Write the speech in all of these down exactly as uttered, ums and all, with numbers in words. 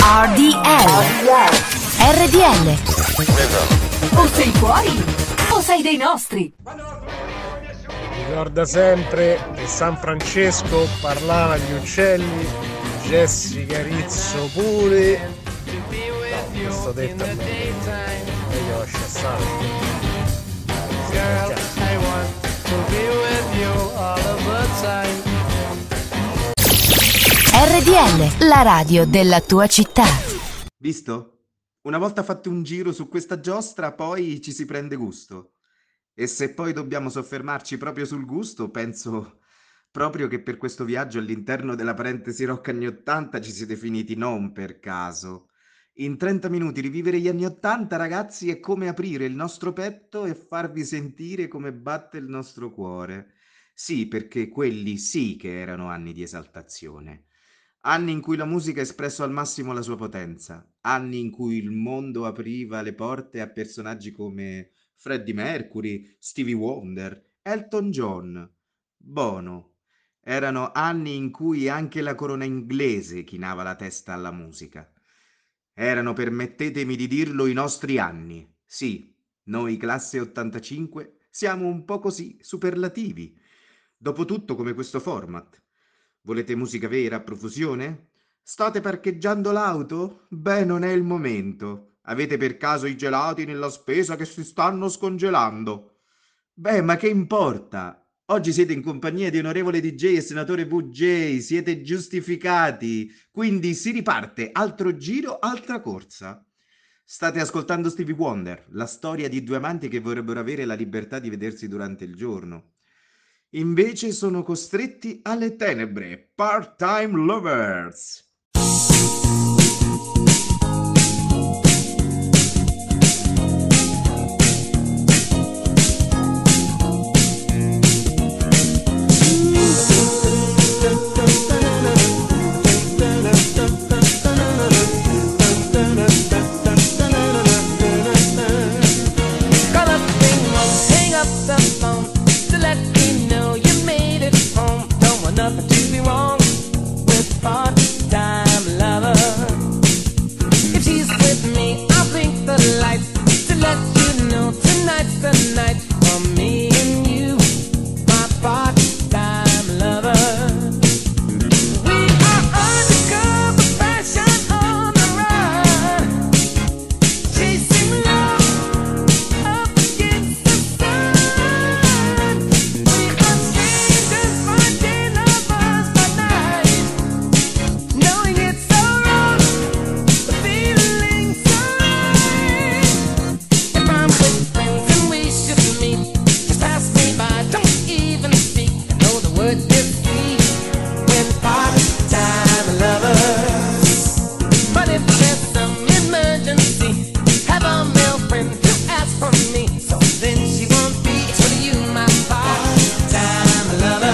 R D L. R D L. O sei fuori o sei dei nostri. Ricorda sempre che San Francesco parlava agli uccelli, Jessica Rizzo pure. No, questo detto a me. Io lascio stare. Girl, I want to be with you all of the time. R D L, la radio della tua città. Visto? Una volta fatto un giro su questa giostra, poi ci si prende gusto. E se poi dobbiamo soffermarci proprio sul gusto, penso proprio che per questo viaggio all'interno della parentesi rock anni ottanta ci siete finiti non per caso. In trenta minuti rivivere gli anni ottanta, ragazzi, è come aprire il nostro petto e farvi sentire come batte il nostro cuore. Sì, perché quelli sì che erano anni di esaltazione. Anni in cui la musica ha espresso al massimo la sua potenza, anni in cui il mondo apriva le porte a personaggi come Freddie Mercury, Stevie Wonder, Elton John, Bono. Erano anni in cui anche la corona inglese chinava la testa alla musica. Erano, permettetemi di dirlo, i nostri anni. Sì, noi classe ottantacinque siamo un po' così, superlativi. Dopotutto come questo format. Volete musica vera a profusione? State parcheggiando l'auto? Beh, non è il momento. Avete per caso i gelati nella spesa che si stanno scongelando? Beh, ma che importa? Oggi siete in compagnia di onorevole D J e senatore V J, siete giustificati. Quindi si riparte, altro giro, altra corsa. State ascoltando Stevie Wonder, la storia di due amanti che vorrebbero avere la libertà di vedersi durante il giorno. Invece sono costretti alle tenebre, part-time lovers. Nothing to be wrong with part-time lover. If she's with me, I'll blink the lights to let you know tonight's the night for me and you, my part-time lover. We are undercover fashion on the run, chasing love up against the sun. We are strangers for day. Knowing it's so wrong, but feeling so right. If I'm with friends and we should meet, just pass me by, don't even speak. I know the word is sweet with part-time lovers. But if there's some emergency, have a male friend who asks for me, so then she won't be for you, my part-time lover.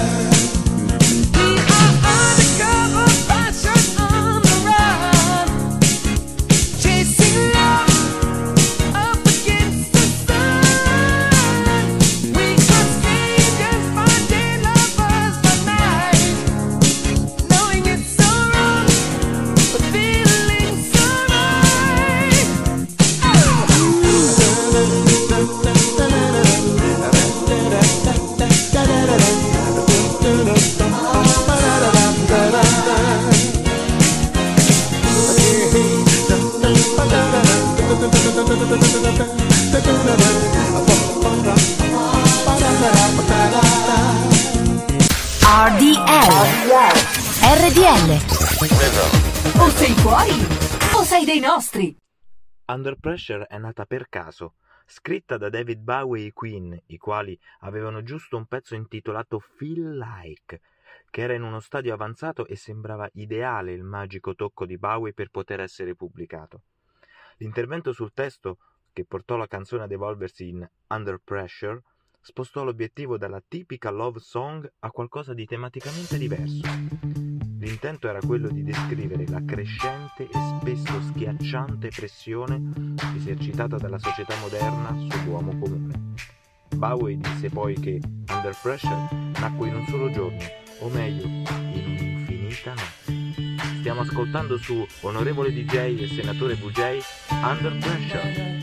R D L. R D L. O sei fuori o sei dei nostri. Under Pressure è nata per caso, scritta da David Bowie e i Queen, i quali avevano giusto un pezzo intitolato Feel Like, che era in uno stadio avanzato e sembrava ideale il magico tocco di Bowie per poter essere pubblicato. L'intervento sul testo, che portò la canzone ad evolversi in Under Pressure, spostò l'obiettivo dalla tipica love song a qualcosa di tematicamente diverso. L'intento era quello di descrivere la crescente e spesso schiacciante pressione esercitata dalla società moderna sull'uomo comune. Bowie disse poi che Under Pressure nacque in un solo giorno, o meglio, in un'infinita notte. Stiamo ascoltando su Onorevole D J e Senatore V J Under Pressure.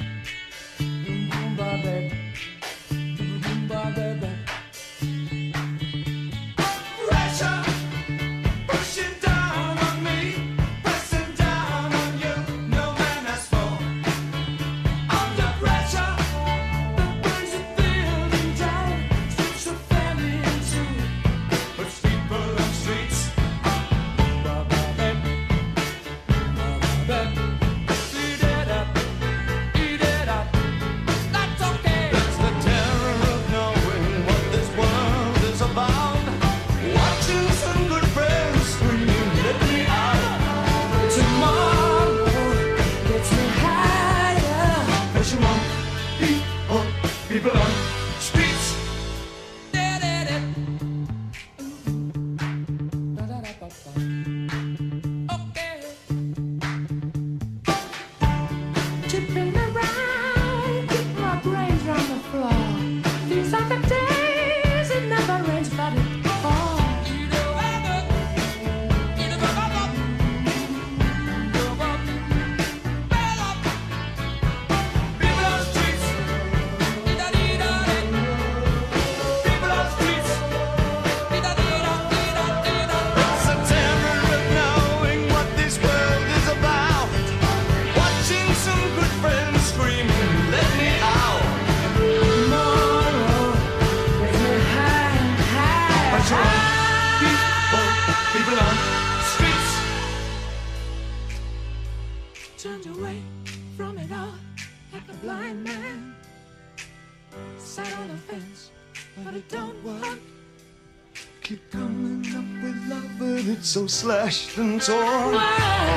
So slashed and torn. Why?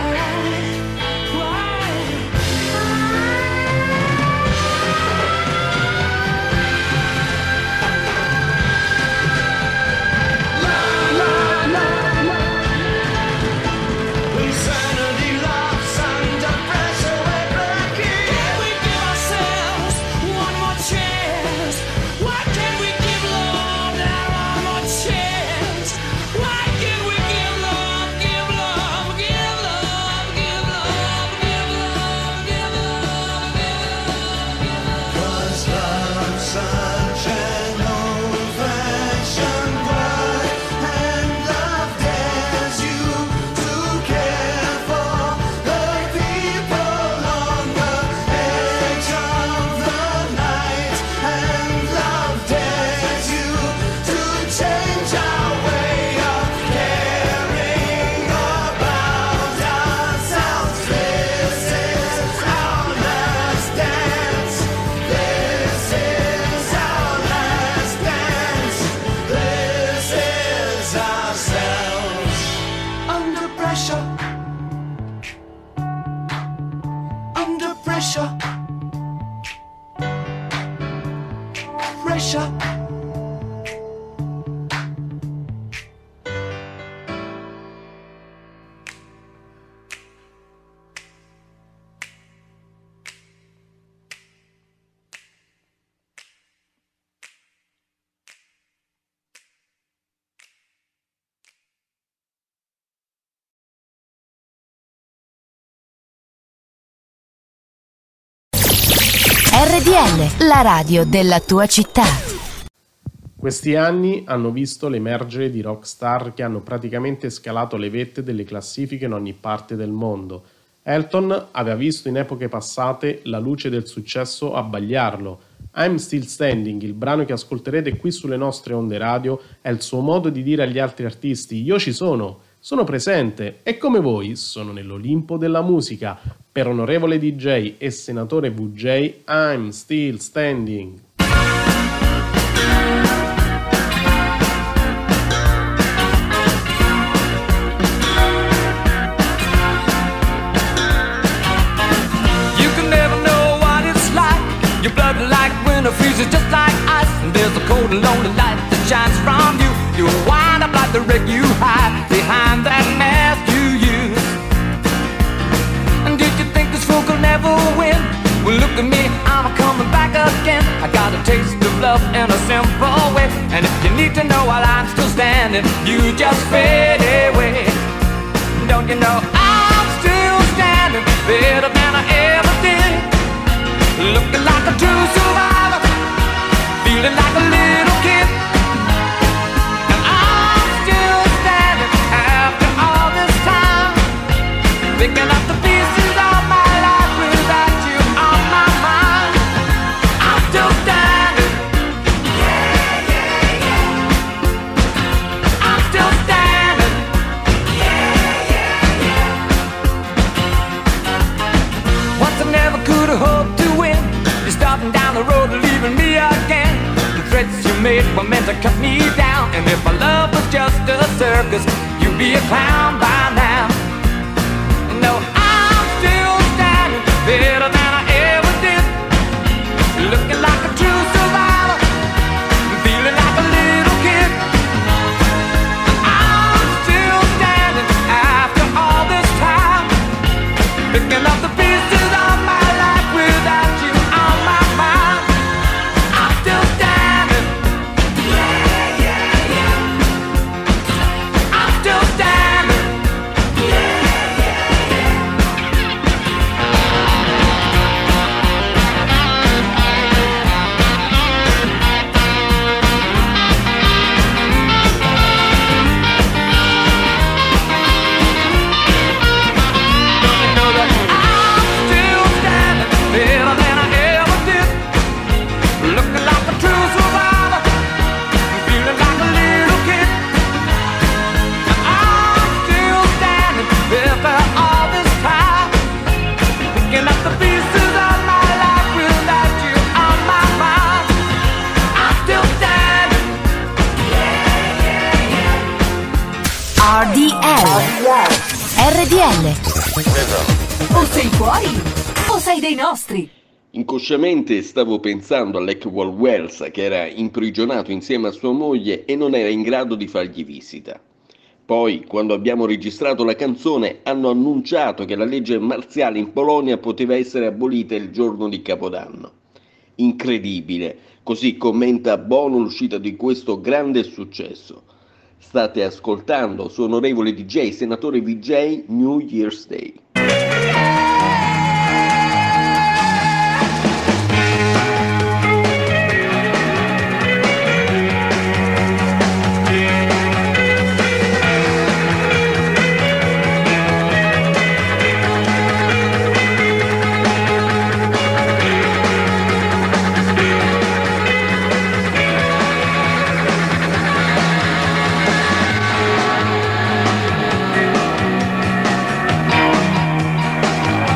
Why? La, la, la, la. Insanity loves under pressure, we're breaking. Can we give ourselves one more chance? Why can't we give love that one more chance? Why can't we give love, give love, give love, give love, give love, give love, give love? 'Cause love's such an old-fashioned word, and love dares you to care for the people on the edge of the night, and love dares you to change our way of caring about ourselves. This is our last dance. This is our last dance. This is ourselves. Under pressure. Under pressure. Pressure. R D L, la radio della tua città. Questi anni hanno visto l'emergere di rockstar che hanno praticamente scalato le vette delle classifiche in ogni parte del mondo. Elton aveva visto in epoche passate la luce del successo abbagliarlo. I'm Still Standing, il brano che ascolterete qui sulle nostre onde radio, è il suo modo di dire agli altri artisti: io ci sono, sono presente e come voi sono nell'Olimpo della musica. Per Onorevole D J e Senatore V J, I'm Still Standing. You can never know what it's like. Your blood like winter freezes just like ice. And there's a cold and lonely light that shines from you. You wind up like the wreck you hide behind that mask you use. And did you think this fool could never win? Well, look at me, I'm coming back again. I got a taste of love in a simple way. And if you need to know while I'm still standing, you just fade away. Don't you know Picking up the pieces of my life without you on my mind. I'm still standing. Yeah, yeah, yeah. I'm still standing. Yeah, yeah, yeah. Once I never could have hoped to win. You're starting down the road and leaving me again. The threats you made were meant to cut me down. And if my love was just a circus, you'd be a clown by now. No, I'm still standing better than I ever did. Looking like a true survivor, feeling like a little kid. I'm still standing after all this time, picking up the pieces of my life without you on my mind. I'm still standing. Yeah, yeah, yeah. I'm still standing. Yeah. R D L. R D L. O sei fuori o sei dei nostri. Inconsciamente stavo pensando all'Eckwall Wells che era imprigionato insieme a sua moglie e non era in grado di fargli visita. Poi, quando abbiamo registrato la canzone, hanno annunciato che la legge marziale in Polonia poteva essere abolita il giorno di Capodanno. Incredibile, così commenta Bono l'uscita di questo grande successo. State ascoltando su onorevole D J, senatore V J, New Year's Day. Yeah.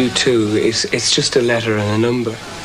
you too. It's, it's just a letter and a number.